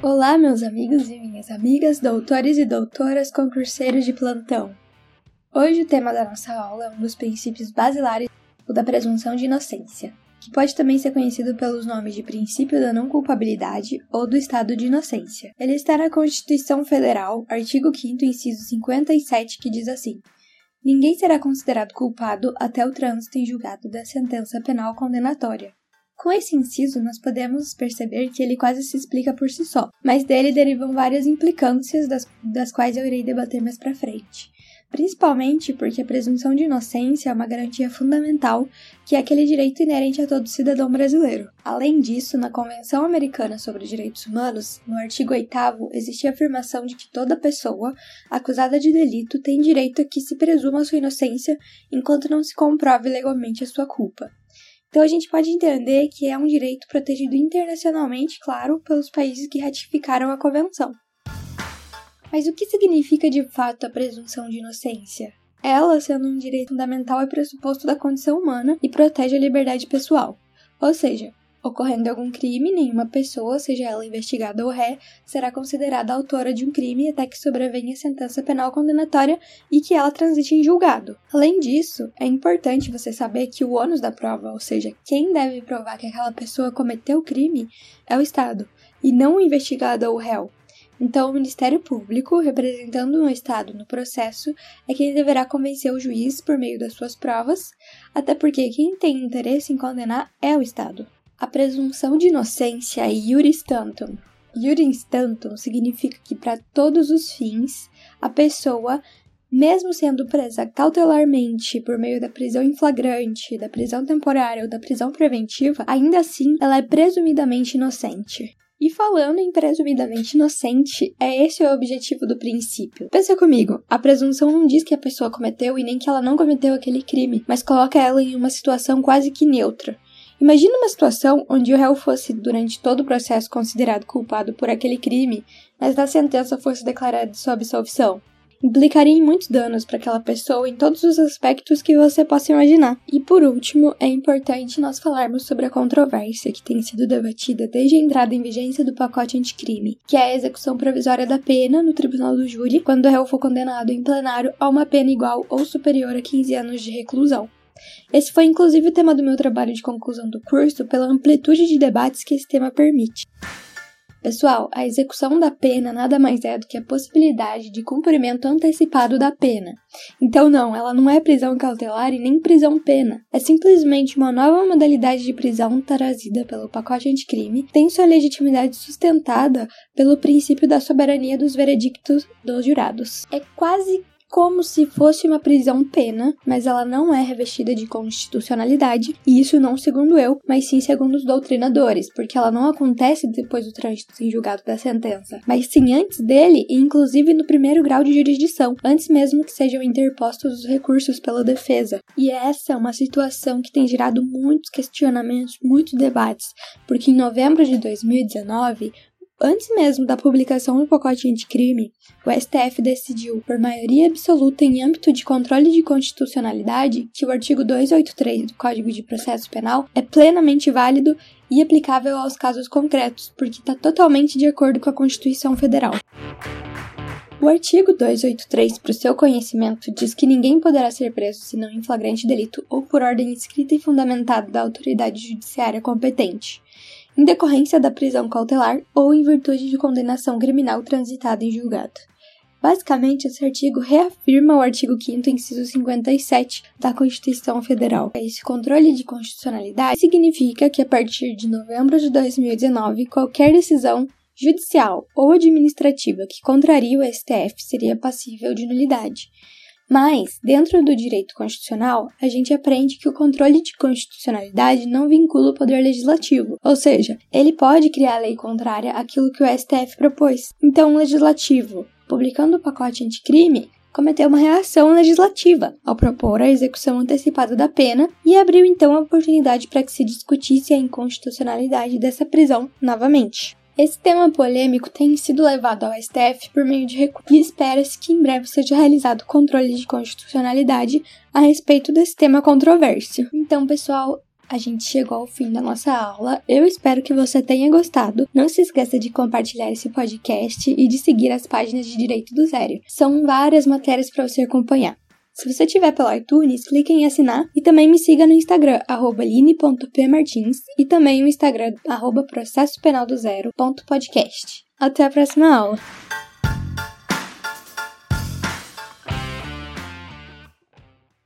Olá, meus amigos e minhas amigas, doutores e doutoras, concurseiros de plantão. Hoje o tema da nossa aula é um dos princípios basilares, o da presunção de inocência, que pode também ser conhecido pelos nomes de princípio da não culpabilidade ou do estado de inocência. Ele está na Constituição Federal, artigo 5º, inciso 57, que diz assim: ninguém será considerado culpado até o trânsito em julgado da sentença penal condenatória. Com esse inciso, nós podemos perceber que ele quase se explica por si só, mas dele derivam várias implicâncias das quais eu irei debater mais pra frente. Principalmente porque a presunção de inocência é uma garantia fundamental, que é aquele direito inerente a todo cidadão brasileiro. Além disso, na Convenção Americana sobre os Direitos Humanos, no artigo 8º, existe a afirmação de que toda pessoa acusada de delito tem direito a que se presuma sua inocência enquanto não se comprove legalmente a sua culpa. Então a gente pode entender que é um direito protegido internacionalmente, claro, pelos países que ratificaram a convenção. Mas o que significa de fato a presunção de inocência? Ela, sendo um direito fundamental, é pressuposto da condição humana e protege a liberdade pessoal. Ou seja, ocorrendo algum crime, nenhuma pessoa, seja ela investigada ou ré, será considerada autora de um crime até que sobrevenha a sentença penal condenatória e que ela transite em julgado. Além disso, é importante você saber que o ônus da prova, ou seja, quem deve provar que aquela pessoa cometeu o crime, é o Estado, e não o investigado ou o réu. Então, o Ministério Público, representando o Estado no processo, é quem deverá convencer o juiz por meio das suas provas, até porque quem tem interesse em condenar é o Estado. A presunção de inocência é iuris tantum. Iuris tantum significa que, para todos os fins, a pessoa, mesmo sendo presa cautelarmente por meio da prisão em flagrante, da prisão temporária ou da prisão preventiva, ainda assim ela é presumidamente inocente. E falando em presumidamente inocente, é esse o objetivo do princípio. Pensa comigo, a presunção não diz que a pessoa cometeu e nem que ela não cometeu aquele crime, mas coloca ela em uma situação quase que neutra. Imagina uma situação onde o réu fosse, durante todo o processo, considerado culpado por aquele crime, mas na sentença fosse declarada sua absolvição. Implicaria em muitos danos para aquela pessoa em todos os aspectos que você possa imaginar. E por último, é importante nós falarmos sobre a controvérsia que tem sido debatida desde a entrada em vigência do pacote anticrime, que é a execução provisória da pena no tribunal do júri quando o réu for condenado em plenário a uma pena igual ou superior a 15 anos de reclusão. Esse foi inclusive o tema do meu trabalho de conclusão do curso pela amplitude de debates que esse tema permite. Pessoal, a execução da pena nada mais é do que a possibilidade de cumprimento antecipado da pena. Então ela não é prisão cautelar e nem prisão-pena. É simplesmente uma nova modalidade de prisão trazida pelo pacote anticrime, tem sua legitimidade sustentada pelo princípio da soberania dos veredictos dos jurados. É quase como se fosse uma prisão-pena, mas ela não é revestida de constitucionalidade, e isso não segundo eu, mas sim segundo os doutrinadores, porque ela não acontece depois do trânsito em julgado da sentença, mas sim antes dele e inclusive no primeiro grau de jurisdição, antes mesmo que sejam interpostos os recursos pela defesa. E essa é uma situação que tem gerado muitos questionamentos, muitos debates, porque em novembro de 2019, antes mesmo da publicação do pacote anticrime, o STF decidiu, por maioria absoluta em âmbito de controle de constitucionalidade, que o artigo 283 do Código de Processo Penal é plenamente válido e aplicável aos casos concretos, porque está totalmente de acordo com a Constituição Federal. O artigo 283, para o seu conhecimento, diz que ninguém poderá ser preso senão em flagrante delito ou por ordem escrita e fundamentada da autoridade judiciária competente, em decorrência da prisão cautelar ou em virtude de condenação criminal transitada em julgado. Basicamente, esse artigo reafirma o artigo 5º, inciso 57 da Constituição Federal. Esse controle de constitucionalidade significa que, a partir de novembro de 2019, qualquer decisão judicial ou administrativa que contraria o STF seria passível de nulidade. Mas, dentro do direito constitucional, a gente aprende que o controle de constitucionalidade não vincula o poder legislativo, ou seja, ele pode criar lei contrária àquilo que o STF propôs. Então, o legislativo, publicando o pacote anticrime, cometeu uma reação legislativa ao propor a execução antecipada da pena e abriu então a oportunidade para que se discutisse a inconstitucionalidade dessa prisão novamente. Esse tema polêmico tem sido levado ao STF por meio de recurso e espera-se que em breve seja realizado o controle de constitucionalidade a respeito desse tema controverso. Então, pessoal, A gente chegou ao fim da nossa aula. Eu espero que você tenha gostado. Não se esqueça de compartilhar esse podcast e de seguir as páginas de Direito do Zero. São várias matérias para você acompanhar. Se você estiver pelo iTunes, clique em assinar e também me siga no Instagram, @line.pmartins e também no Instagram, @processopenaldozero.podcast. Até a próxima aula!